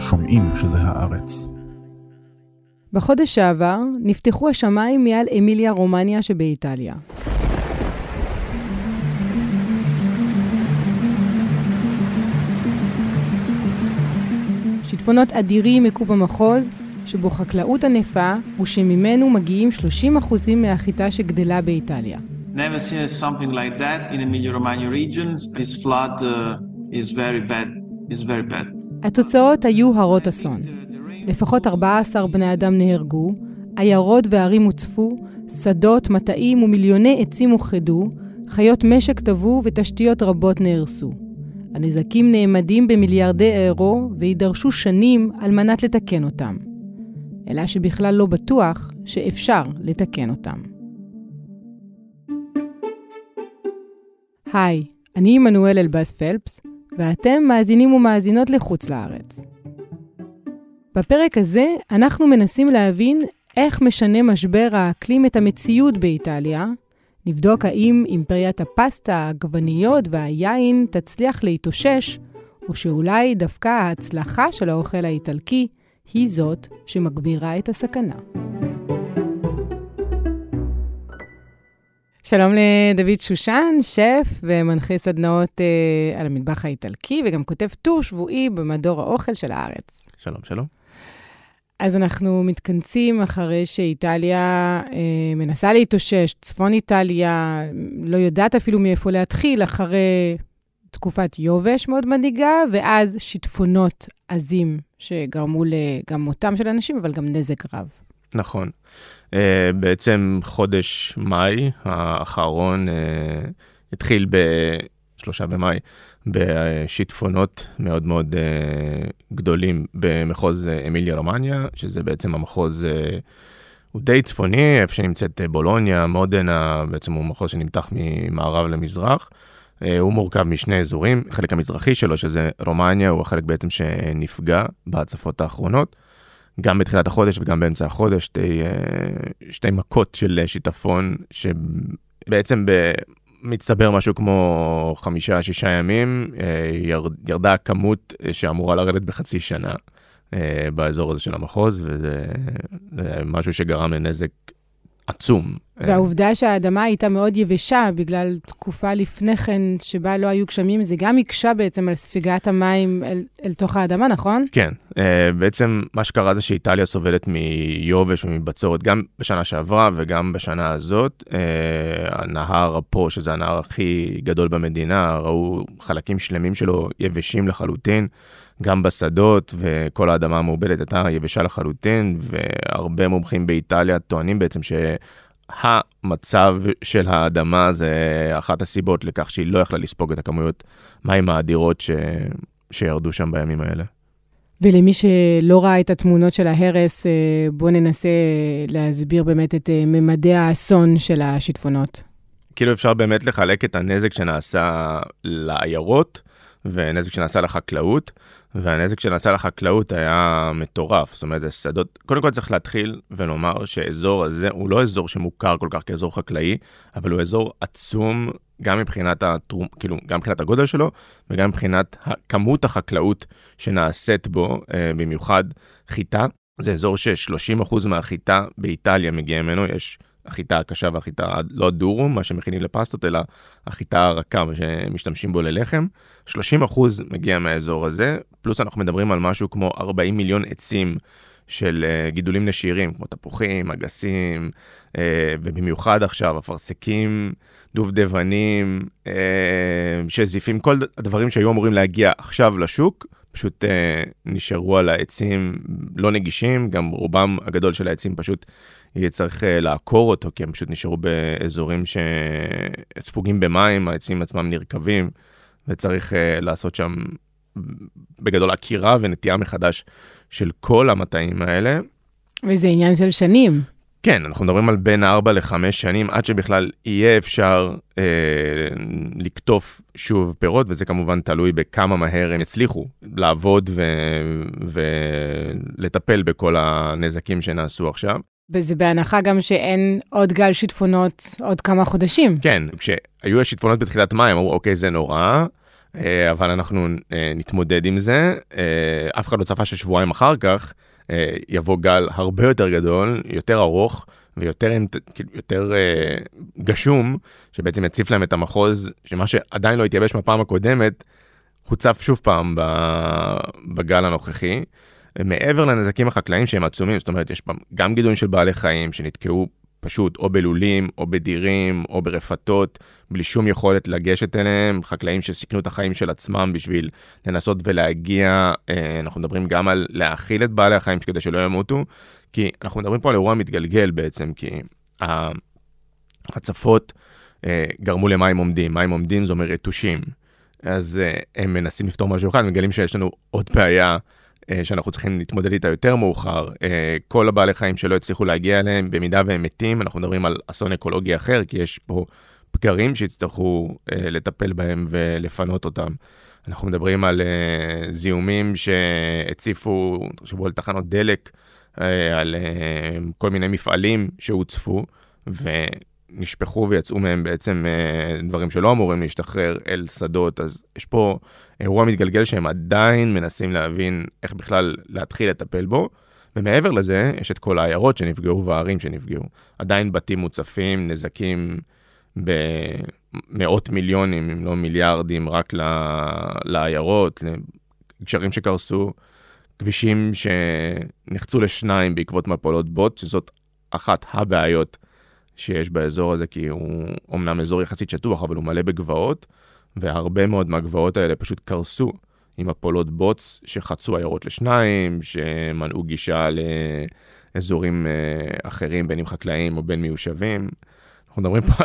שומעים שזה הארץ. בחודש שעבר נפתחו השמיים מעל אמיליה רומניה שבאיטליה. שיטפונות אדירים הכו במחוז, שבו חקלאות ענפה ושממנו מגיעים 30% מהחיטה שגדלה באיטליה. Never seen something like that in Emilia-Romagna region. This flood is very bad. Is very bad. התוצאות היו הרות אסון. לפחות 14 בני אדם נהרגו, עיירות וערים הוצפו, שדות, מטעים ומיליוני עצים הוכחדו, חיות משק טבעו ותשתיות רבות נהרסו. הנזקים נאמדים במיליארדי אירו וידרשו שנים על מנת לתקן אותם. אלא שבכלל לא בטוח שאפשר לתקן אותם. היי, אני עמנואל אלבאס פלפס, ואתם מאזינים ומאזינות לחוץ לארץ. בפרק הזה אנחנו מנסים להבין איך משנה משבר האקלים את המציאות באיטליה, נבדוק האם אימפריית הפסטה, העגבניות והיין תצליח להתאושש, או שאולי דווקא ההצלחה של האוכל האיטלקי היא זאת שמגבירה את הסכנה. שלום לדוד שושן, שף ומנחה סדנאות על המטבח האיטלקי, וגם כותב טור שבועי במדור האוכל של הארץ. שלום, שלום. אז אנחנו מתכנסים אחרי שאיטליה מנסה להתאושש, צפון איטליה לא יודעת אפילו מאיפה להתחיל, אחרי תקופת יובש מאוד מדאיגה, ואז שיטפונות עזים שגרמו גם מותם של אנשים, אבל גם נזק רב. נכון. בעצם חודש מאי האחרון התחיל ב3 במאי בשיטפונות מאוד מאוד גדולים במחוז אמיליה רומניה, שזה בעצם המחוז הוא די צפוני, איפה שנמצאת בולוניה, מודנה, בעצם הוא מחוז שנמתח ממערב למזרח. הוא מורכב משני אזורים, החלק המזרחי שלו, שזה רומניה, הוא החלק בעצם שנפגע בהצפות האחרונות. גם בתחילת החודש וגם באמצע החודש, שתי מכות של שיטפון, שבעצם מצטבר משהו כמו 5-6 ימים, ירדה הכמות שאמורה לרדת בחצי שנה באזור הזה של המחוז, וזה משהו שגרם לנזק עצום. והעובדה שהאדמה הייתה מאוד יבשה, בגלל תקופה לפני כן שבה לא היו גשמים, זה גם יקשה בעצם על ספיגת המים אל תוך האדמה, נכון? כן, בעצם מה שקרה זה שאיטליה סובלת מיובש ומבצורת, גם בשנה שעברה וגם בשנה הזאת. הנהר פה, שזה הנהר הכי גדול במדינה, ראו חלקים שלמים שלו יבשים לחלוטין, גם בשדות, וכל האדמה המעובדת הייתה יבשה לחלוטין, והרבה מומחים באיטליה טוענים בעצם שהמצב של האדמה זה אחת הסיבות לכך שהיא לא יכלה לספוג את הכמויות מים האדירות שירדו שם בימים האלה. ולמי שלא ראה את התמונות של ההרס, בוא ננסה להסביר באמת את ממדי האסון של השיטפונות. כאילו אפשר באמת לחלק את הנזק שנעשה לעיירות, ונזק שנעשה לחקלאות, והנזק שנעשה לחקלאות היה מטורף. זאת אומרת, השדות, קודם כל צריך להתחיל ולומר שהאזור הזה הוא לא אזור שמוכר כל כך כאזור חקלאי, אבל הוא אזור עצום גם מבחינת גם מבחינת הגודל שלו, וגם מבחינת כמות החקלאות שנעשית בו, במיוחד חיטה. זה אזור ש30% מהחיטה באיטליה מגיע ממנו, יש החיטה הקשה והחיטה לא דורום, מה שמכינים לפסטות, אלא החיטה הרכה, מה שמשתמשים בו ללחם. 30% מגיע מהאזור הזה, פלוס אנחנו מדברים על משהו כמו 40 מיליון עצים של גידולים נשירים, כמו תפוחים, אגסים, ובמיוחד עכשיו, אפרסקים, דובדבנים, שזיפים, כל הדברים שהיו אמורים להגיע עכשיו לשוק, פשוט נשארו על העצים לא נגישים, גם רובם הגדול של העצים פשוט יהיה צריך לעקור אותו, כי הם פשוט נשארו באזורים שספוגים במים, העצים עצמם נרכבים, וצריך לעשות שם בגדול עקירה ונטייה מחדש של כל המטעים האלה. וזה עניין של שנים. כן, אנחנו מדברים על בין 4 ל-5 שנים, עד שבכלל יהיה אפשר לקטוף שוב פירות, וזה כמובן תלוי בכמה מהר הם יצליחו לעבוד ולטפל בכל הנזקים שנעשו עכשיו. וזה בהנחה גם שאין עוד גל שיטפונות עוד כמה חודשים. כן, כשהיו השיטפונות בתחילת מאי, אמרו, אוקיי, זה נורא, אבל אנחנו נתמודד עם זה. אף אחד לא צפה ששבועיים אחר כך יבוא גל הרבה יותר גדול, יותר ארוך ויותר גשום, שבעצם יציף להם את המחוז, שמה שעדיין לא התייבש מהפעם הקודמת, הוצף שוב פעם בגל הנוכחי. מעבר לנזקים החקלאיים שהם עצומים, זאת אומרת, יש גם גידולים של בעלי חיים שנתקעו פשוט או בלולים, או בדירים, או ברפתות, בלי שום יכולת לגשת אליהם, חקלאים שסיכנו את החיים של עצמם בשביל לנסות ולהגיע, אנחנו מדברים גם על להאכיל את בעלי החיים כדי שלא ימותו, כי אנחנו מדברים פה על אירוע מתגלגל בעצם, כי הצפות גרמו למים עומדים, מים עומדים זאת אומרת יתושים, אז הם מנסים לפתור משהו אחד, מגלים שיש לנו עוד בעיה, שאנחנו צריכים להתמודד איתה יותר מאוחר, כל הבעלי חיים שלא הצליחו להגיע אליהם, במידה והם מתים, אנחנו מדברים על אסון אקולוגי אחר, כי יש פה פגרים שיצטרכו לטפל בהם ולפנות אותם. אנחנו מדברים על זיהומים שהציפו, תחשבו על תחנות דלק, על כל מיני מפעלים שהוצפו, ונשפחו ויצאו מהם בעצם דברים שלא אמורים להשתחרר אל שדות, אז יש פה אירוע מתגלגל שהם עדיין מנסים להבין איך בכלל להתחיל לטפל בו, ומעבר לזה יש את כל העיירות שנפגעו והערים שנפגעו. עדיין בתים מוצפים, נזקים במאות מיליונים, אם לא מיליארדים, רק לעיירות, לגשרים שקרסו, כבישים שנחצו לשניים בעקבות מפולות בוט, שזאת אחת הבעיות שיש באזור הזה, כי הוא אומנם אזור יחסית שטוח, אבל הוא מלא בגבעות, והרבה מאוד מהגבעות האלה פשוט קרסו עם מפולות בוץ שחצו עיירות לשניים, שמנעו גישה לאזורים אחרים, בין אם חקלאים או בין מיושבים. אנחנו מדברים פה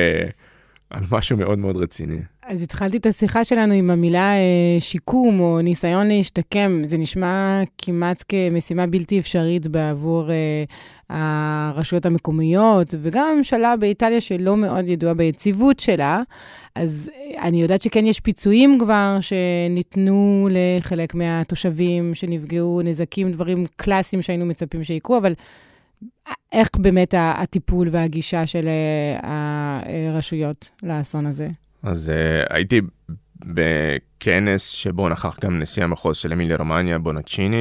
על משהו מאוד מאוד רציני. אז התחלתי את השיחה שלנו עם המילה שיקום או ניסיון להשתקם. זה נשמע כמעט כמשימה בלתי אפשרית בעבור הרשויות המקומיות, וגם הממשלה באיטליה שלא מאוד ידועה ביציבות שלה. אז אני יודעת שכן יש פיצויים כבר שניתנו לחלק מהתושבים שנפגעו, נזקים, דברים קלאסיים שהיינו מצפים שיקרו, אבל איך באמת הטיפול והגישה של הרשויות לאסון הזה? אז הייתי בכנס שבו נכח גם נשיא המחוז של אמיליה רומניה, בונצ'יני,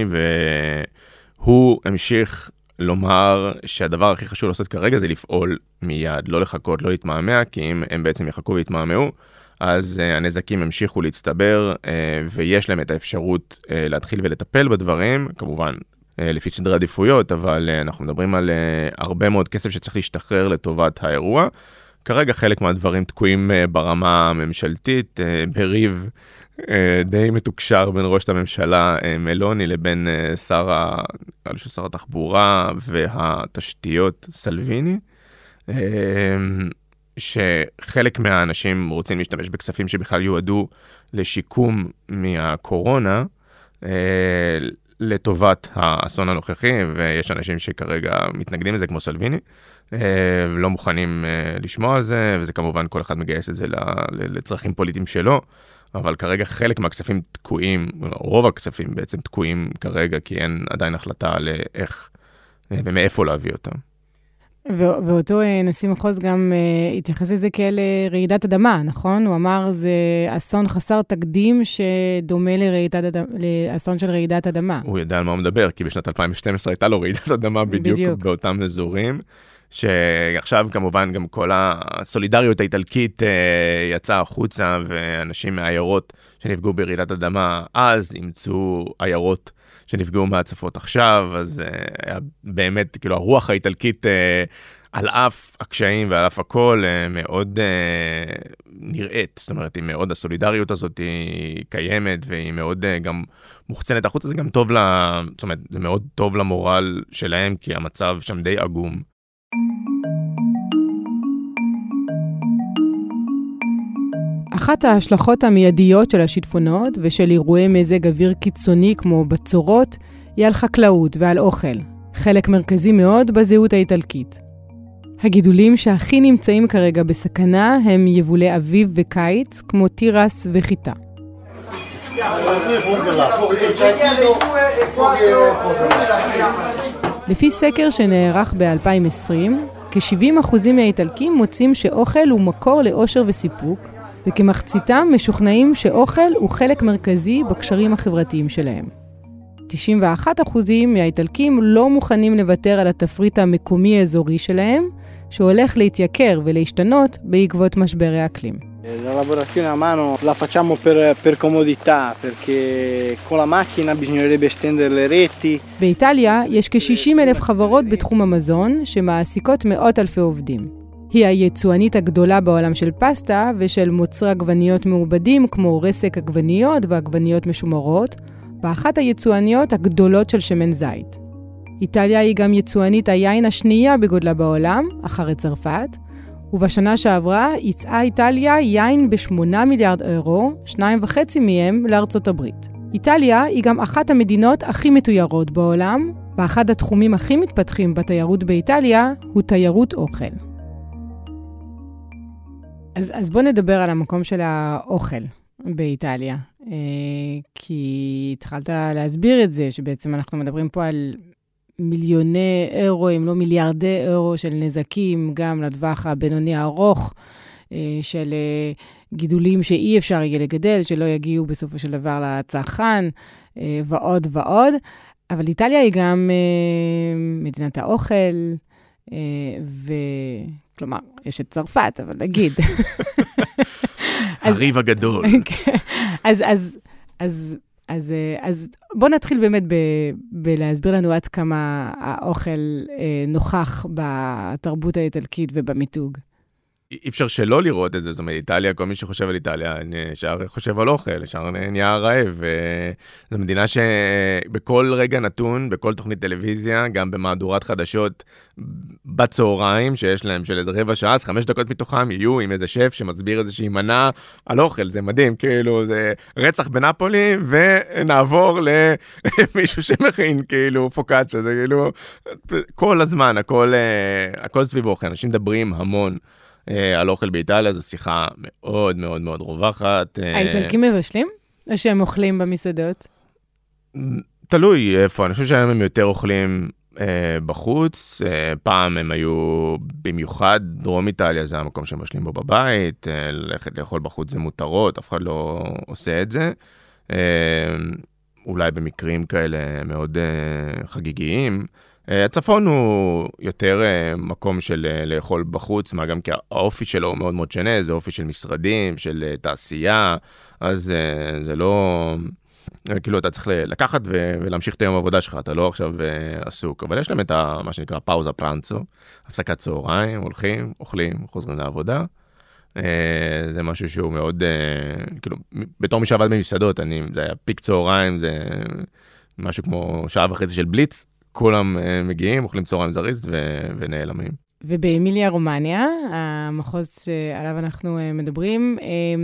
והוא המשיך לומר שהדבר הכי חשוב לעשות כרגע זה לפעול מיד, לא לחכות, לא להתמהמה, כי אם הם בעצם יחכו והתמהמהו, אז הנזקים המשיכו להצטבר, ויש להם את האפשרות להתחיל ולטפל בדברים, כמובן, לפי סדרי עדיפויות, אבל אנחנו מדברים על הרבה מאוד כסף שצריך להשתחרר לטובת האירוע. כרגע חלק מהדברים תקועים ברמה הממשלתית, בריב די מתוקשר בין ראש הממשלה מלוני לבין שר התחבורה והתשתיות סלוויני, שחלק מהאנשים רוצים להשתמש בכספים שבכלל יועדו לשיקום מהקורונה, לטובת האסון הנוכחי, ויש אנשים שכרגע מתנגדים לזה כמו סלוויני, לא מוכנים לשמוע על זה, וזה כמובן כל אחד מגייס את זה לצרכים פוליטיים שלו, אבל כרגע חלק מהכספים תקועים, רוב הכספים בעצם תקועים כרגע, כי אין עדיין החלטה לאיך ומאיפה להביא אותם. ואותו נשיא מחוז גם התייחס לזה כאל רעידת אדמה, נכון? הוא אמר, זה אסון חסר תקדים שדומה לאסון של רעידת אדמה. הוא ידע על מה הוא מדבר, כי בשנת 2012 הייתה לו רעידת אדמה בדיוק באותם אזורים, שעכשיו כמובן גם כל הסולידריות האיטלקית יצאה החוצה, ואנשים מהעיירות שנפגעו ברעידת אדמה אז ימצאו עיירות שנפגעו מהצפות עכשיו, אז היה באמת, כאילו, הרוח האיטלקית על אף הקשיים ועל אף הכל מאוד נראית, זאת אומרת, היא מאוד, הסולידריות הזאת היא קיימת, והיא מאוד גם מוחצנת החוצה, זה גם טוב זאת אומרת, זה מאוד טוב למורל שלהם, כי המצב שם די עגום. אחת ההשלכות המיידיות של השיטפונות ושל אירועי מזג אוויר קיצוני כמו בצורות היא על חקלאות ועל אוכל, חלק מרכזי מאוד בזהות האיטלקית. הגידולים שהכי נמצאים כרגע בסכנה הם יבולי אביב וקיץ כמו תירס וחיטה. לפי סקר שנערך ב-2020, כ-70% מהאיטלקים מוצאים שאוכל הוא מקור לאושר וסיפוק, וכמחציתם משוכנעים שאוכל הוא חלק מרכזי בקשרים החברתיים שלהם. 91% מהאיטלקים לא מוכנים לוותר על התפריט המקומי האזורי שלהם, שהולך להתייקר ולהשתנות בעקבות משברי האקלים. La lavorazione a mano la facciamo per comodità, perché con la macchina bisognerebbe estendere le reti. באיטליה יש כ-60,000 חברות בתחום המזון שמעסיקות מאות אלפי עובדים. היא היצואנית הגדולה בעולם של פסטה ושל מוצרי עגבניות מעובדים כמו רסק עגבניות ועגבניות משומרות, ואחת היצואניות הגדולות של שמן זית. איטליה היא גם יצואנית היין השנייה בגודלה בעולם, אחרי צרפת, ובשנה שעברה יצאה איטליה יין ב8 מיליארד אירו, 2.5 מהם לארצות הברית. איטליה היא גם אחת המדינות הכי מתוירות בעולם, ואחד התחומים הכי מתפתחים בתיירות באיטליה הוא תיירות אוכל. אז בוא נדבר על המקום של האוכל באיטליה. כי התחלת להסביר את זה, שבעצם אנחנו מדברים פה על מיליוני אירו, אם לא מיליארדי אירו של נזקים, גם לטווח הבינוני הארוך, של גידולים שאי אפשר יהיה לגדל, שלא יגיעו בסופו של דבר לצרכן, ועוד ועוד. אבל איטליה היא גם מדינת האוכל, כלומר, יש את צרפת, אבל נגיד. הריב הגדול. אז בוא נתחיל באמת בלהסביר לנו עד כמה האוכל נוכח בתרבות האיטלקית ובמיתוג. אי אפשר שלא לראות את זה, זאת אומרת, איטליה, כל מי שחושב על איטליה, ישר חושב על אוכל, ישר נהיה רעב. זו מדינה שבכל רגע נתון, בכל תוכנית טלוויזיה, גם במהדורת חדשות בצהריים, שיש להם של איזה רבע שעה, 5 דקות מתוכם יהיו עם איזה שף שמסביר איזושהי מנה על אוכל. זה מדהים, כאילו, זה רצח בנפולי, ונעבור למישהו שמכין, כאילו, פוקאצ'ה, זה כאילו, כל הזמן, הכל סביב אוכל, אנשים מדברים המון. על אוכל באיטליה, זו שיחה מאוד מאוד מאוד רווחת. האיטלקים מבשלים? או שהם אוכלים במסעדות? תלוי איפה, אני חושב שהיום הם יותר אוכלים בחוץ, פעם הם היו במיוחד, דרום איטליה זה המקום שהם משלים בו בבית, ללכת לאכול בחוץ זה מותרות, אף אחד לא עושה את זה, אולי במקרים כאלה מאוד חגיגיים, הצפון הוא יותר מקום של לאכול בחוץ, מה גם כי האופי שלו הוא מאוד מאוד שונה, זה אופי של משרדים, של תעשייה, אז זה לא, כאילו אתה צריך לקחת ולהמשיך את היום העבודה שלך, אתה לא עכשיו עסוק, אבל יש להם את מה שנקרא פאוזה פרנצו, הפסקת צהריים, הולכים, אוכלים, חוזרים לעבודה, זה משהו שהוא מאוד, כאילו, בתור מי שעבד במסעדות, זה היה פיק צהריים, זה משהו כמו 1.5 שעה של בליץ, כולם מגיעים, אוכלים צהריים זריז ונעלמים. ובאמיליה רומניה, המחוז שעליו אנחנו מדברים,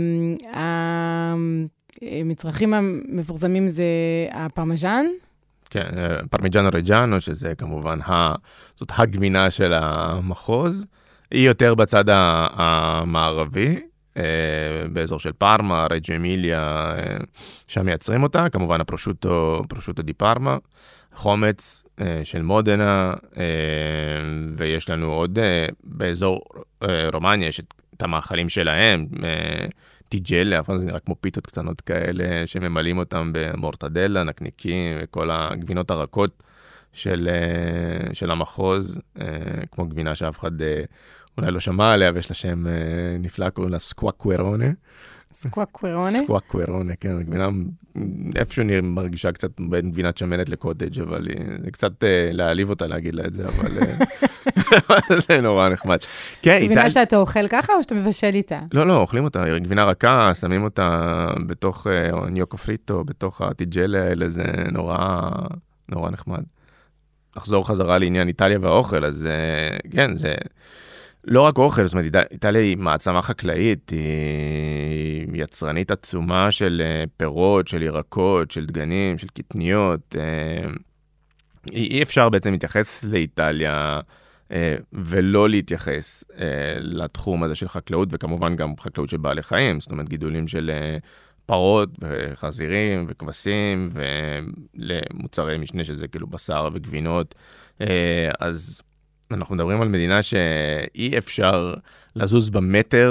המצרכים המפורסמים זה הפרמיג'ן? כן, פרמיג'אנו רג'אנו, שזה כמובן זאת הגבינה של המחוז. היא יותר בצד המערבי, באזור של פארמה, רג'ו אמיליה, שם מייצרים אותה. כמובן הפרושוטו די פארמה, חומץ של מודנה, ויש לנו עוד באזור רומניה, יש את המאכלים שלהם, טיג'לה, אבל זה נראה כמו פיתות קטנות כאלה, שממלאים אותם במורטדלה, נקניקים, וכל הגבינות הרכות של המחוז, כמו גבינה שאף אחד אולי לא שמע עליה, ויש לה שם נפלא, קוראים לה סקוואקוורונה. סקוואקוורונה? סקוואקוורונה, כן, גבינה, איפשהו אני מרגישה קצת בין גבינת שמנת לקוטג', אבל זה קצת להעליב אותה להגיד לה את זה, אבל זה נורא נחמד. גבינה שאתה אוכל ככה או שאתה מבשל איתה? לא, אוכלים אותה, גבינה רכה, שמים אותה בתוך ניוקו פריטו, בתוך הטיג'לה האלה, זה נורא נחמד. לחזור חזרה לעניין איטליה והאוכל, אז כן, זה לא רק אוכל, זאת אומרת, איטליה היא מעצמה חקלאית, היא יצרנית עצומה של פירות, של ירקות, של דגנים, של קטניות. אי אפשר בעצם להתייחס לאיטליה ולא להתייחס לתחום הזה של חקלאות, וכמובן גם חקלאות של בעלי חיים, זאת אומרת, גידולים של פרות וחזירים וכבשים, ולמוצרי משנה שזה כאילו בשר וגבינות. אז אנחנו מדברים על מדינה שאי אפשר לזוז במטר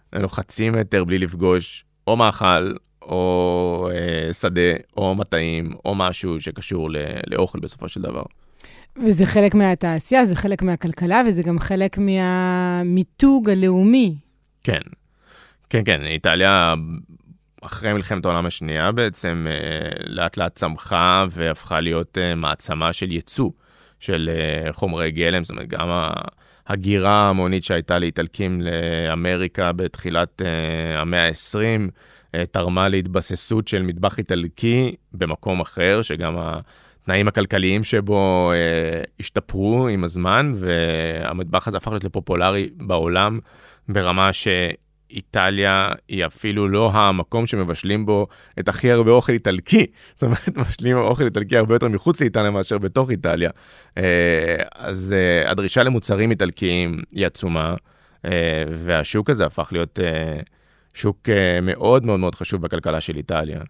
אין לו חצי מטר בלי לפגוש או מאכל, או שדה, או מטעים, או משהו שקשור לאוכל בסופו של דבר. וזה חלק מהתעשייה, זה חלק מהכלכלה, וזה גם חלק מהמיתוג הלאומי. כן, כן, כן. איטליה, אחרי מלחמת העולם השנייה, בעצם לאט לאט צמחה, והפכה להיות מעצמה של ייצוא, של חומרי גלם, זאת אומרת, גם הגירה ההמונית שהייתה לאיטלקים לאמריקה בתחילת המאה ה-20, תרמה להתבססות של מטבח איטלקי במקום אחר, שגם התנאים הכלכליים שבו השתפרו עם הזמן, והמטבח הזה הפך להיות לפופולרי בעולם, ברמה שאיטליה היא אפילו לא המקום שמבשלים בו את הכי הרבה אוכל איטלקי. זאת אומרת, מבשלים אוכל איטלקי הרבה יותר מחוץ לאיטליה מאשר בתוך איטליה. אז הדרישה למוצרים איטלקיים היא עצומה, והשוק הזה הפך להיות שוק מאוד מאוד מאוד חשוב בכלכלה של איטליה.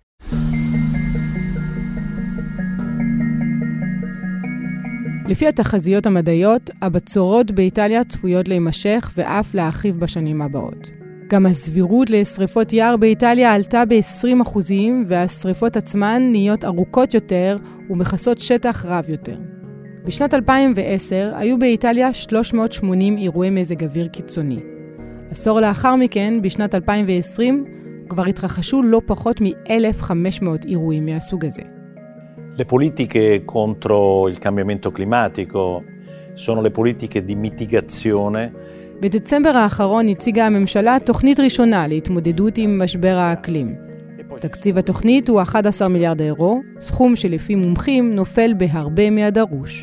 לפי התחזיות המדעיות, הבצורות באיטליה צפויות להימשך ואף להרחיב בשנים הבאות. גם הסבירות לשריפות יער באיטליה עלתה ב-20%, והשריפות עצמן נהיות ארוכות יותר ומכסות שטח רב יותר. בשנת 2010 היו באיטליה 380 אירועי מזג אוויר קיצוני. עשור לאחר מכן, בשנת 2020, כבר התרחשו לא פחות מ-1,500 אירועים מהסוג הזה. Le politiche contro il cambiamento climatico sono le politiche di mitigazione. בדצמבר האחרון הציגה הממשלה תוכנית ראשונה להתמודדות עם משבר האקלים. תקציב התוכנית הוא 11 מיליארד אירו, סכום שלפי מומחים נופל בהרבה מהדרוש.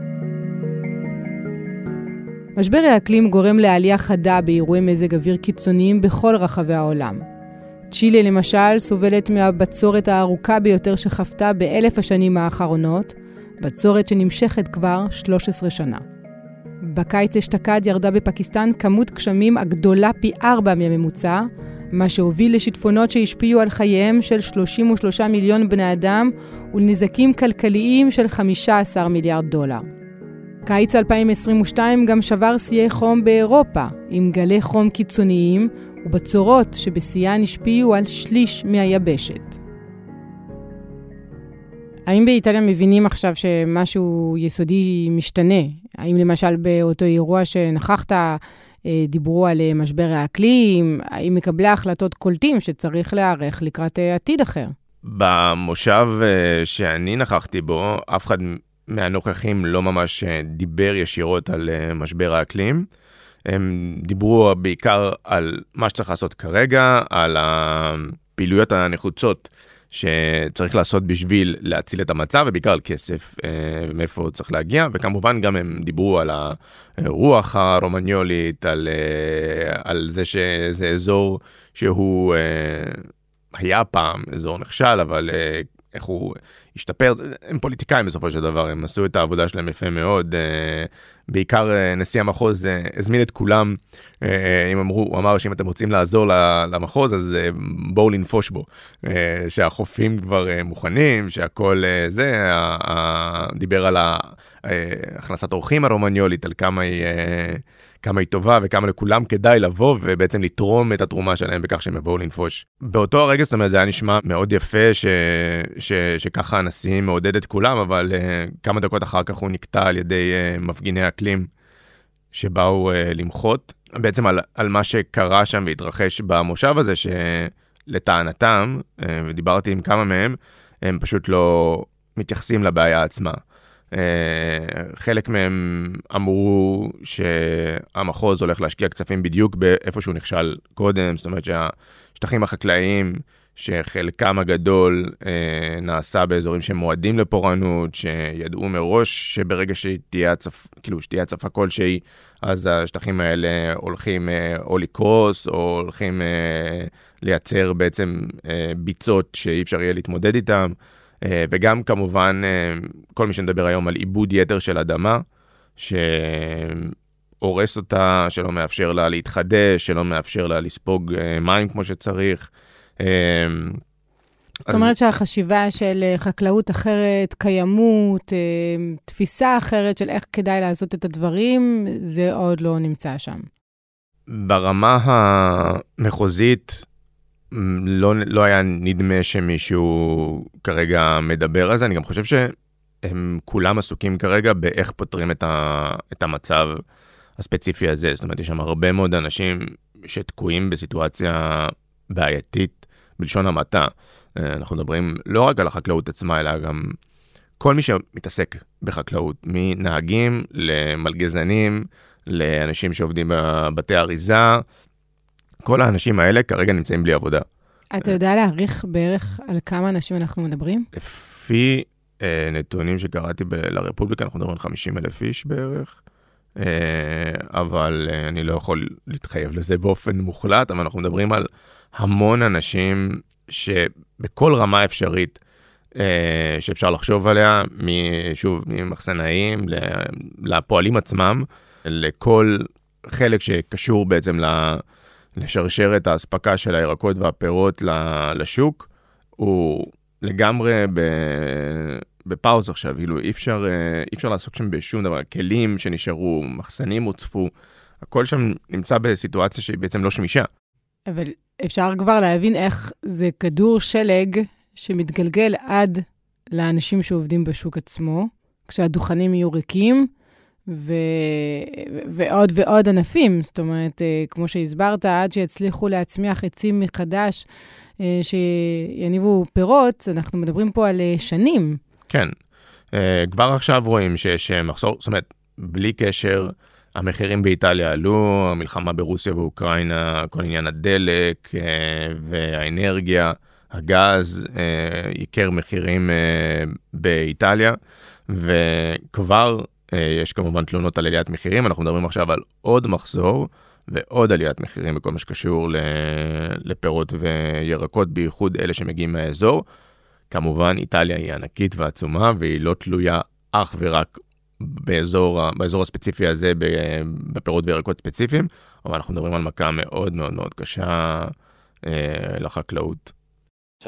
משבר האקלים גורם לעלייה חדה באירועי מזג אוויר קיצוניים בכל רחבי העולם. צ'ילה למשל סובלת מהבצורת הארוכה ביותר שחוותה ב1,000 השנים האחרונות, בצורת שנמשכת כבר 13 שנה. בקיץ אשתקד ירדה בפקיסטן כמות גשמים הגדולה פי 4 מהממוצע, מה שהוביל לשיטפונות שהשפיעו על חייהם של 33 מיליון בני אדם ולנזקים כלכליים של 15 מיליארד דולר. קיץ 2022 גם שבר שיאי חום באירופה, עם גלי חום קיצוניים ובצורות שבשיאן השפיעו על שליש מהיבשת. האם באיטליה מבינים עכשיו שמשהו יסודי משתנה? האם למשל באותו אירוע שנכחת דיברו על משבר האקלים? האם מקבלי ההחלטות קולטים שצריך להיערך לקראת עתיד אחר? במושב שאני נכחתי בו, אף אחד מהנוכחים לא ממש דיבר ישירות על משבר האקלים. הם דיברו בעיקר על מה שצריך לעשות כרגע, על הפעילויות הנחוצות שצריך לעשות בשביל להציל את המצב, ובעיקר על כסף, מאיפה צריך להגיע, וכמובן גם הם דיברו על הרוח הרומניולית, על זה שזה אזור שהוא היה פעם אזור נכשל, אבל איך הוא השתפר. הם פוליטיקאים בסופו של דבר, הם עשו את העבודה שלהם יפה מאוד, בעיקר נשיא המחוז הזמין את כולם, הוא אמר שאם אתם רוצים לעזור למחוז, אז בואו לנפוש בו, שהחופים כבר מוכנים, שהכל זה, דיבר על הכנסת אורחים הרומניולית, על כמה היא טובה וכמה לכולם כדאי לבוא ובעצם לתרום את התרומה שלהם בכך שהם יבואו לנפוש. באותו הרגע, זאת אומרת, זה היה נשמע מאוד יפה שככה הנשיא מעודד את כולם, אבל כמה דקות אחר כך הוא נקטע על ידי מפגיני אקלים שבאו למחות. בעצם על מה שקרה שם והתרחש במושב הזה, שלטענתם, ודיברתי עם כמה מהם, הם פשוט לא מתייחסים לבעיה עצמה. חלק מהם אמרו שהמחוז הולך להשקיע כספים בדיוק באיפה שהוא נכשל קודם, זאת אומרת שהשטחים החקלאיים שחלקם הגדול נעשה באזורים שמועדים לפורענות, שידעו מראש שברגע שתהיה הצפה כלשהי, אז השטחים האלה הולכים או לקרוס, או הולכים לייצר בעצם ביצות שאי אפשר יהיה להתמודד איתם. וגם כמובן כל מי שנדבר היום על עיבוד יתר של אדמה, שהורס אותה, שלא מאפשר לה להתחדש, שלא מאפשר לה לספוג מים כמו שצריך. זאת אומרת שהחשיבה של חקלאות אחרת, קיימות, תפיסה אחרת של איך כדאי לעשות את הדברים, זה עוד לא נמצא שם. ברמה המחוזית, לא היה נדמה שמישהו כרגע מדבר על זה. אני גם חושב שהם כולם עסוקים כרגע באיך פותרים את המצב הספציפי הזה. זאת אומרת, יש שם הרבה מאוד אנשים שתקועים בסיטואציה בעייתית בלשון המעטה. אנחנו מדברים לא רק על החקלאות עצמה, אלא גם כל מי שמתעסק בחקלאות, מנהגים למלגזנים, לאנשים שעובדים בבתי אריזה, כל האנשים האלה כרגע נמצאים בלי עבודה. אתה יודע להעריך בערך על כמה אנשים אנחנו מדברים? לפי נתונים שקראתי לרפובליקה, אנחנו מדברים על 50,000 איש בערך, אבל אני לא יכול להתחייב לזה באופן מוחלט, אבל אנחנו מדברים על המון אנשים שבכל רמה אפשרית שאפשר לחשוב עליה, שוב, ממחסנאים לפועלים עצמם, לכל חלק שקשור בעצם לשרשרת ההספקה של הירקות והפירות לשוק, הוא לגמרי בפאוז עכשיו, אי אפשר לעסוק שם בשום דבר, כלים שנשארו, מחסנים הוצפו, הכל שם נמצא בסיטואציה שהיא בעצם לא שמישה. אבל אפשר כבר להבין איך זה כדור שלג שמתגלגל עד לאנשים שעובדים בשוק עצמו, כשהדוכנים יהיו ריקים, ועוד ועוד ענפים, זאת אומרת, כמו שהסברת, עד שיצליחו להצמיח עצים מחדש, שיניבו פירות, אנחנו מדברים פה על שנים. כן, כבר עכשיו רואים שיש מחסור, זאת אומרת, בלי קשר, המחירים באיטליה עלו, המלחמה ברוסיה ואוקראינה, כל עניין הדלק והאנרגיה, הגז, יקר מחירים באיטליה, וכבר יש כמובן תלונות על עליית מחירים, אנחנו מדברים עכשיו על עוד מחסור ועוד עליית מחירים בכל מה שקשור לפירות וירקות, בייחוד אלה שמגיעים מהאזור. כמובן, איטליה היא ענקית ועצומה, והיא לא תלויה אך ורק באזור הספציפי הזה, בפירות וירקות ספציפיים, אבל אנחנו מדברים על מכה מאוד מאוד מאוד קשה לחקלאות. If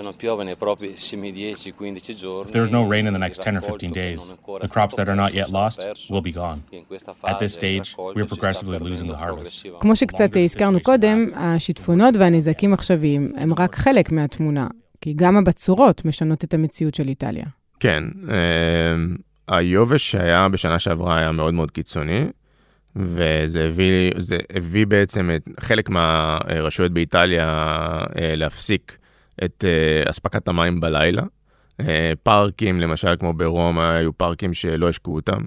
there's no rain in the next 10 or 15 days, the crops that are not yet lost will be gone. At this stage, we are progressively losing the harvest. כמו שקצת הזכרנו קודם, השיטפונות והנזקים עכשוויים הם רק חלק מהתמונה, כי גם הבצורות משנות את המציאות של איטליה. כן, היובש שהיה בשנה שעברה היה מאוד מאוד קיצוני, וזה הביא בעצם את חלק מהרשויות באיטליה להפסיק את אספקת המים בלילה. פארקים, למשל כמו ברומא, היו פארקים שלא השקעו אותם,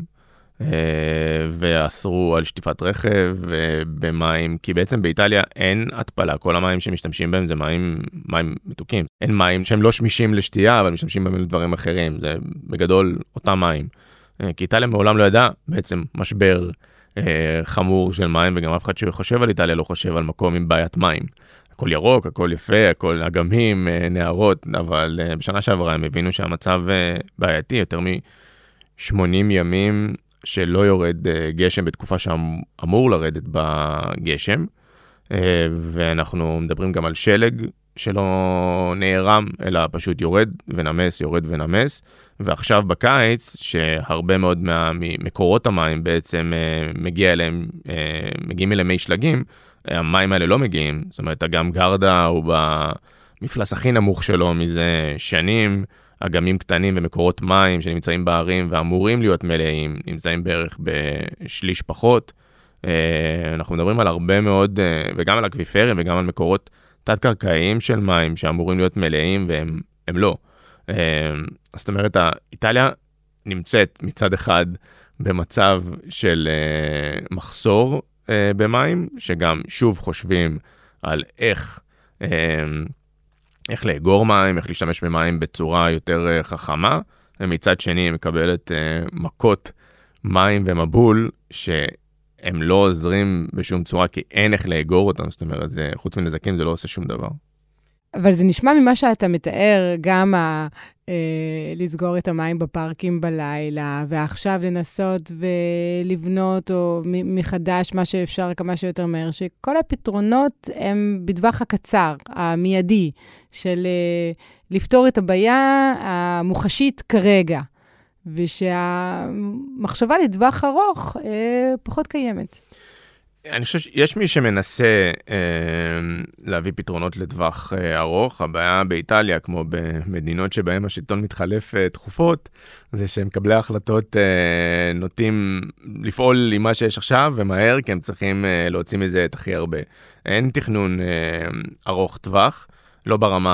ואסרו על שטיפת רכב במים, כי בעצם באיטליה אין התפלה, כל המים שמשתמשים בהם זה מים מתוקים. אין מים שהם לא שמישים לשתייה, אבל משתמשים בהם לדברים אחרים, זה בגדול אותם מים. כי איטליה מעולם לא ידעה בעצם משבר חמור של מים, וגם אף אחד שחושב על איטליה לא חושב על מקום עם בעיית מים. הכל ירוק, הכל יפה, הכל אגמים, נהרות, אבל בשנה שעברה הם הבינו שהמצב בעייתי, יותר מ-80 ימים שלא יורד גשם בתקופה שאמור לרדת בגשם, ואנחנו מדברים גם על שלג שלא נערם, אלא פשוט יורד ונמס, יורד ונמס, ועכשיו בקיץ, שהרבה מאוד ממקורות המים בעצם מגיעים אליהם מי שלגים, המים האלה לא מגיעים, זאת אומרת, גם גרדה הוא במפלס הכי נמוך שלו מזה שנים, אגמים קטנים ומקורות מים שנמצאים בערים ואמורים להיות מלאים, נמצאים בערך בשליש פחות. אנחנו מדברים על הרבה מאוד, וגם על אקוויפרים וגם על מקורות תת-קרקעיים של מים שאמורים להיות מלאים והם לא. זאת אומרת, איטליה נמצאת מצד אחד במצב של מחסור במים, שגם שוב חושבים על איך לאגור מים, איך להשתמש במים בצורה יותר חכמה, ומצד שני מקבלת מכות מים ומבול, שהם לא עוזרים בשום צורה, כי אין איך לאגור אותם, זאת אומרת, חוץ מנזקים זה לא עושה שום דבר. אבל זה נשמע ממה שאתה מתאר, גם לסגור את המים בפארקים בלילה, ועכשיו לנסות ולבנות או מחדש מה שאפשר כמה שיותר מהר, שכל הפתרונות הם בטווח הקצר, המיידי, של לפתור את הבעיה המוחשית כרגע, ושהמחשבה לטווח ארוך פחות קיימת. אני חושב שיש מי שמנסה להביא פתרונות לטווח ארוך. הבעיה באיטליה, כמו במדינות שבהן השלטון מתחלף תכופות, זה שמקבלי ההחלטות נוטים לפעול עם מה שיש עכשיו ומהר, כי הם צריכים להוציא מזה את הכי הרבה. אין תכנון ארוך טווח, לא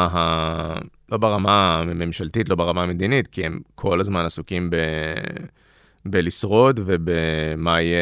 ברמה הממשלתית, לא ברמה המדינית, כי הם כל הזמן עסוקים בלשרוד ובמה יהיה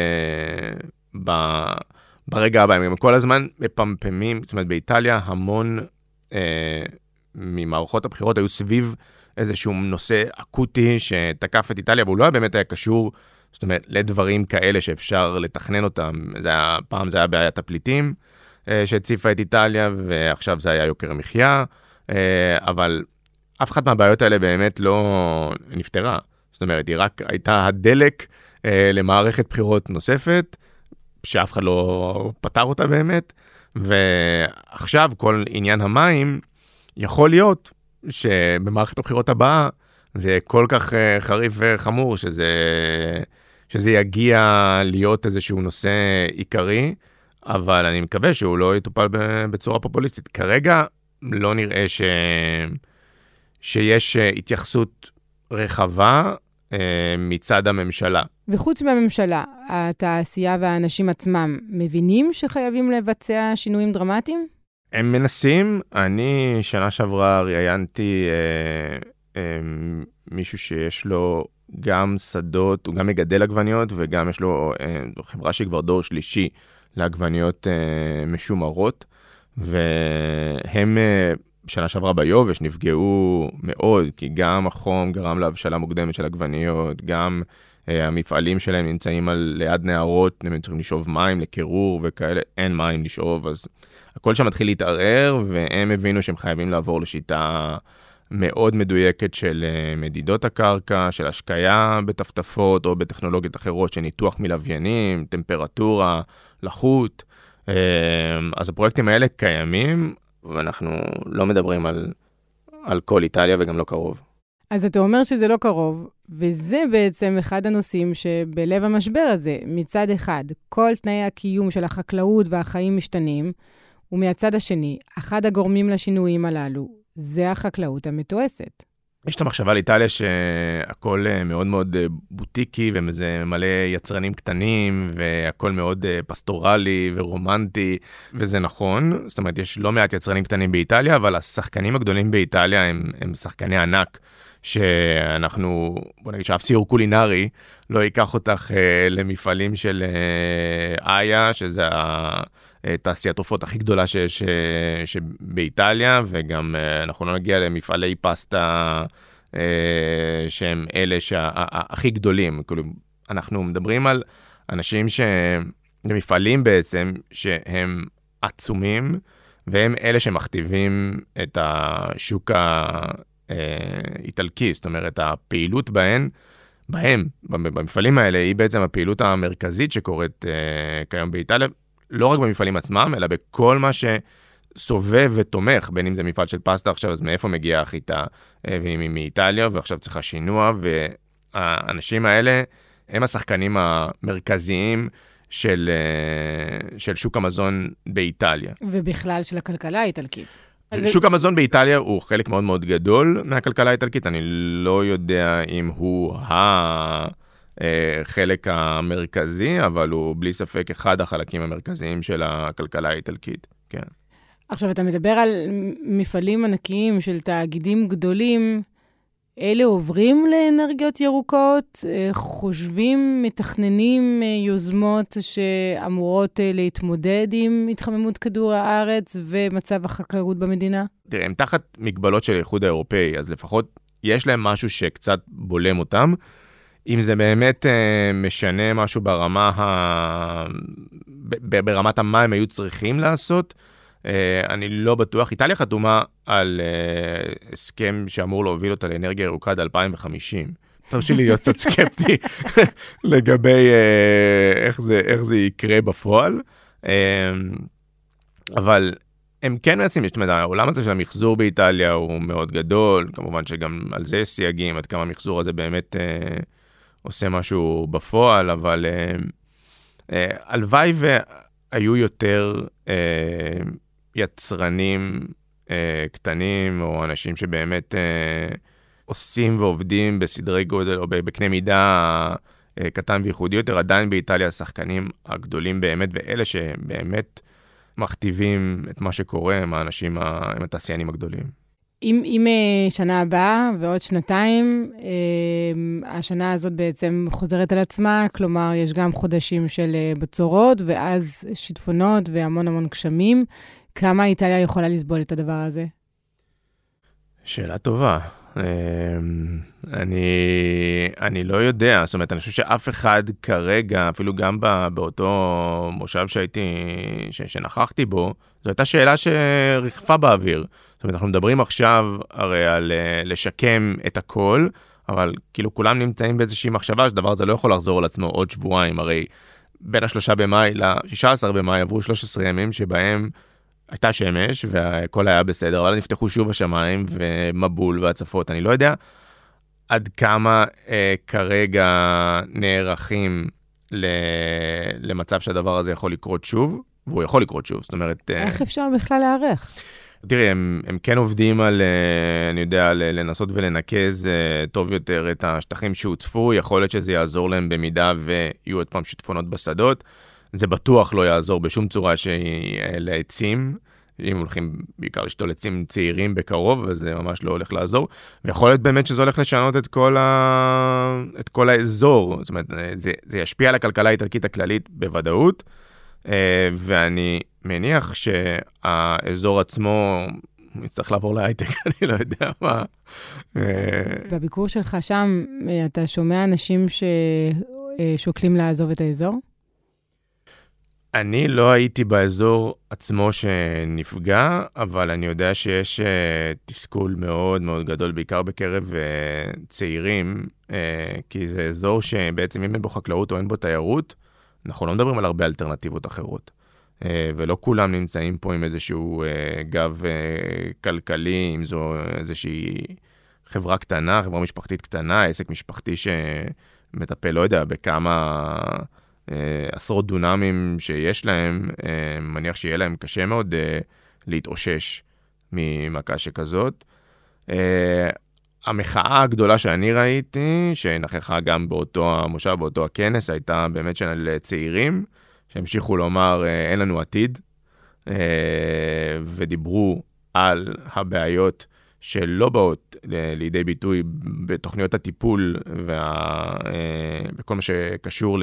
ברגע הבא. הם כל הזמן מפמפמים, זאת אומרת באיטליה המון ממערכות הבחירות היו סביב איזשהו נושא אקוטי שתקף את איטליה, והוא לא באמת היה קשור, זאת אומרת, לדברים כאלה שאפשר לתכנן אותם. פעם זה היה בעיית הפליטים שהציפה את איטליה, ועכשיו זה היה יוקר המחיה, אבל אף אחת מהבעיות האלה באמת לא נפתרה. זאת אומרת, היא רק הייתה הדלק למערכת בחירות נוספת, שאף אחד לא פתר אותה באמת, ועכשיו כל עניין המים יכול להיות שבמערכת הבחירות הבאה זה כל כך חריף וחמור, שזה יגיע להיות איזשהו נושא עיקרי, אבל אני מקווה שהוא לא יטופל בצורה פופוליסטית. כרגע לא נראה שיש התייחסות רחבה מצד הממשלה. וחוץ מהממשלה, התעשייה והאנשים עצמם מבינים שחייבים לבצע שינויים דרמטיים? הם מנסים. אני שנה שעברה ראיינתי מישהו שיש לו גם שדות, הוא גם מגדל עגבניות, וגם יש לו חברה שהיא כבר דור שלישי לעגבניות משומרות, והם שנה שעברה ביובש נפגעו מאוד, כי גם החום גרם להבשלה מוקדמת של עגבניות, גם המפעלים שלהם נמצאים ליד נהרות, הם צריכים לשאוב מים לקירור וכאלה, אין מים לשאוב, אז הכל שם מתחיל להתערער, והם הבינו שהם חייבים לעבור לשיטה מאוד מדויקת של מדידות הקרקע, של השקיה בטפטפות או בטכנולוגיות אחרות, של ניתוח מלוויינים, טמפרטורה, לחות. אז הפרויקטים האלה קיימים, ואנחנו לא מדברים על כל איטליה וגם לא קרוב. אז אתה אומר שזה לא קרוב, וזה בעצם אחד הנושאים שבלב המשבר הזה, מצד אחד, כל תנאי הקיום של החקלאות והחיים משתנים, ומהצד השני, אחד הגורמים לשינויים הללו, זה החקלאות המתועסת. יש את המחשבה לאיטליה שהכל מאוד מאוד בוטיקי, וזה מלא יצרנים קטנים, והכל מאוד פסטורלי ורומנטי, וזה נכון. זאת אומרת, יש לא מעט יצרנים קטנים באיטליה, אבל השחקנים הגדולים באיטליה הם שחקני ענק, שאנחנו, בוא נגיד שאף סיור קולינרי לא ייקח אותך למפעלים של איה, שזה תעשיית תרופות הכי גדולה שיש באיטליה, וגם אנחנו לא נגיע למפעלי פסטה שהם אלה הכי גדולים. אנחנו מדברים על אנשים מפעלים בעצם שהם עצומים, והם אלה שמכתיבים את השוק האיטלקי. זאת אומרת, הפעילות במפעלים האלה היא בעצם הפעילות המרכזית שקורית כיום באיטליה, לא רק במפעלים עצמם, אלא בכל מה שסובב ותומך, בין אם זה מפעל של פסטה עכשיו, אז מאיפה מגיעה החיטה, ואם היא מאיטליה, ועכשיו צריכה שינוע, והאנשים האלה הם השחקנים המרכזיים של שוק המזון באיטליה. ובכלל של הכלכלה האיטלקית. שוק המזון באיטליה הוא חלק מאוד מאוד גדול מהכלכלה האיטלקית, אני לא יודע אם הוא חלק המרכזי, אבל הוא בלי ספק אחד החלקים המרכזיים של הכלכלה האיטלקית, כן. עכשיו, אתה מדבר על מפעלים ענקיים של תאגידים גדולים, אלה עוברים לאנרגיות ירוקות, חושבים, מתכננים יוזמות שאמורות להתמודד עם התחממות כדור הארץ ומצב החקלאות במדינה? תראה, הם תחת מגבלות של האיחוד האירופאי, אז לפחות יש להם משהו שקצת בולם אותם. אם זה באמת משנה משהו ברמת מה הם היו צריכים לעשות, אני לא בטוח. איטליה חתומה על הסכם שאמור להוביל אותה לאנרגיה ירוקה עד 2050. תרשי לי להיות קצת סקפטי לגבי איך זה יקרה בפועל. אבל הם כן מנסים, זאת אומרת, העולם הזה של המחזור באיטליה הוא מאוד גדול, כמובן שגם על זה יש סייגים, עד כמה המחזור הזה באמת עושה משהו בפועל, אבל הלוואי היו יותר יצרנים קטנים, או אנשים שבאמת עושים ועובדים בסדרי גודל, או בקנה מידה קטן וייחודי יותר. עדיין באיטליה השחקנים הגדולים באמת, ואלה שבאמת מכתיבים את מה שקורה, הם האנשים, הם התעשיינים הגדולים. אם שנה הבאה ועוד שנתיים, השנה הזאת בעצם חוזרת על עצמה, כלומר, יש גם חודשים של בצורות, ואז שיטפונות והמון המון גשמים. כמה איטליה יכולה לסבול את הדבר הזה? שאלה טובה. אני לא יודע, זאת אומרת, אני חושב שאף אחד כרגע, אפילו גם באותו מושב שנכחתי בו, זו הייתה שאלה שרחפה באוויר. זאת אומרת, אנחנו מדברים עכשיו הרי על לשקם את הכל, אבל כאילו כולם נמצאים באיזושהי מחשבה שדבר הזה לא יכול לחזור על עצמו עוד שבועיים. הרי בין ה3 במאי ל-16 במאי עברו 13 ימים שבהם הייתה שמש והכל היה בסדר, אבל נפתחו שוב השמיים ומבול והצפות. אני לא יודע עד כמה כרגע נערכים למצב שהדבר הזה יכול לקרות שוב, והוא יכול לקרות שוב. זאת אומרת... איך אפשר בכלל להערך? תראי, הם כן עובדים על, אני יודע, לנסות ולנקז טוב יותר את השטחים שהוצפו. יכול להיות שזה יעזור להם במידה ויהיו עוד פעם שיטפונות בשדות. זה בטוח לא יעזור בשום צורה שהיא לעצים. אם הולכים בעיקר לשתול עצים צעירים בקרוב, אז זה ממש לא הולך לעזור. ויכול להיות באמת שזה הולך לשנות את כל האזור. זאת אומרת, זה ישפיע על הכלכלה האיטלקית הכללית בוודאות. ואני מניח שהאזור עצמו יצטרך לעבור להייטק, אני לא יודע מה. בביקור שלך שם, אתה שומע אנשים ששוקלים לעזוב את האזור? אני לא הייתי באזור עצמו שנפגע, אבל אני יודע שיש תסכול מאוד מאוד גדול, בעיקר בקרב צעירים, כי זה אזור שבעצם אם אין בו חקלאות או אין בו תיירות, אנחנו לא מדברים על הרבה אלטרנטיבות אחרות. ולא כולם נמצאים פה עם איזשהו גב כלכלי, אם זו איזושהי חברה קטנה, חברה משפחתית קטנה, עסק משפחתי שמטפל, לא יודע, בכמה עשרות דונמים שיש להם, מניח שיהיה להם קשה מאוד להתאושש ממכה שכזאת. המחאה הגדולה שאני ראיתי, שנכחה גם באותו המושב, באותו הכנס, הייתה באמת של צעירים, שהמשיכו לומר, אין לנו עתיד, ודיברו על הבעיות שלא באות לידי ביטוי בתוכניות הטיפול, וכל מה שקשור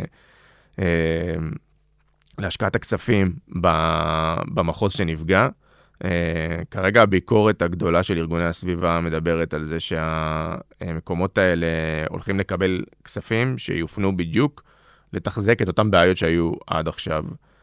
להשקעת הכספים במחוז שנפגע. כרגע הביקורת הגדולה של ארגוני הסביבה מדברת על זה שהמקומות האלה הולכים לקבל כספים שיופנו בדיוק לתחזק את אותם בעיות שהיו עד עכשיו.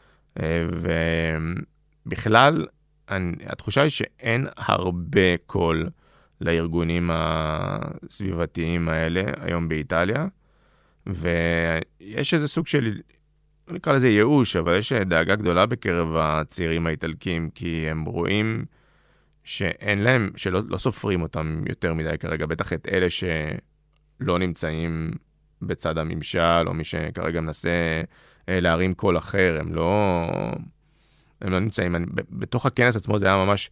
ובכלל, התחושה היא שאין הרבה קול לארגונים הסביבתיים האלה היום באיטליה, ויש איזה סוג של, נקרא לזה ייאוש, אבל יש דאגה גדולה בקרב הצעירים האיטלקים, כי הם רואים שאין להם, שלא סופרים אותם יותר מדי כרגע, בטח את אלה שלא נמצאים בצד הממשל, או מי שכרגע מנסה להרים קול אחר, הם לא נמצאים. בתוך הכנס עצמו זה היה ממש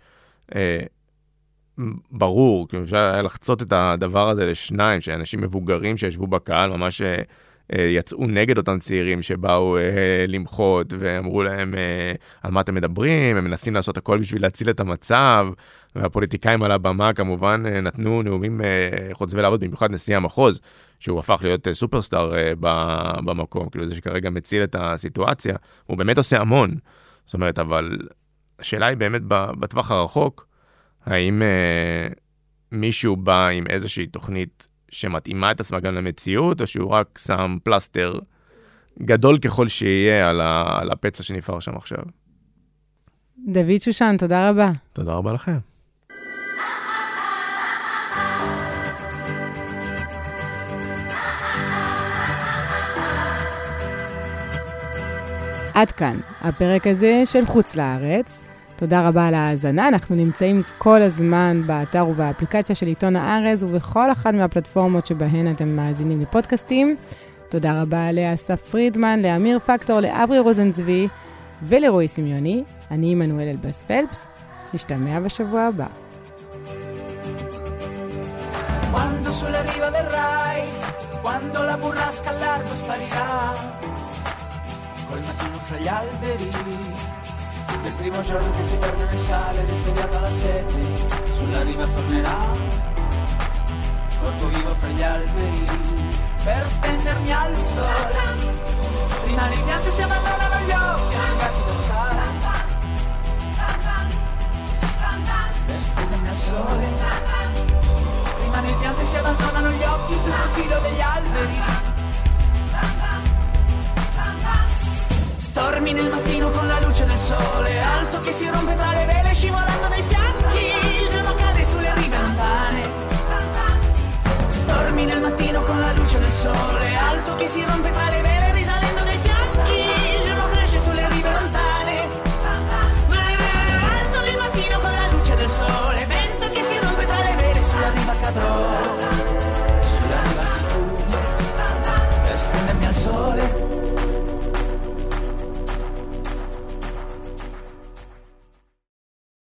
ברור, כי אפשר היה לחצות את הדבר הזה לשניים, שאנשים מבוגרים שישבו בקהל ממש יצאו נגד אותם צעירים שבאו למחות, ואמרו להם על מה אתם מדברים, הם מנסים לעשות הכל בשביל להציל את המצב, והפוליטיקאים על הבמה כמובן נתנו נאומים חוצבי להבות, במיוחד נשיא המחוז, שהוא הפך להיות סופרסטאר במקום, כאילו זה שכרגע מציל את הסיטואציה, הוא באמת עושה המון. זאת אומרת, אבל השאלה היא באמת בטווח הרחוק, האם מישהו בא עם איזושהי תוכנית שמתאימה את עצמה גם למציאות, או שהוא רק שם פלסטר גדול ככל שיהיה על הפצע שנפער שם עכשיו. דוד שושן, תודה רבה. תודה רבה לכם. עד כאן, הפרק הזה של חוץ לארץ. תודה רבה על ההאזנה. אנחנו נמצאים כל הזמן באתר ובאפליקציה של עיתון הארץ, ובכל אחת מהפלטפורמות שבהן אתם מאזינים לפודקאסטים. תודה רבה לאסף פרידמן, לאמיר פקטור, לאברי רוזנצבי. ולרועי סמיוני, אני עמנואל אלבאס פלפס, נשתמע בשבוע הבא. Quando sulla riva verrai, quando la burrasca al largo sparirà, col mattino fra gli alberi, del primo giorno che si perde nel sale, risvegliata la sete, sulla riva tornerà, corpo vivo fra gli alberi, per stendermi al sole, prima le piante si abbandonano gli occhi asciugati dal sale, per stendermi al sole, prima le piante si abbandonano gli occhi sul profilo degli alberi. Stormi nel mattino con la luce del sole, alto che si rompe tra le vele scivolando dai fianchi, il giorno cade sulle rive lontane. Stormi nel mattino con la luce del sole, alto che si rompe tra le vele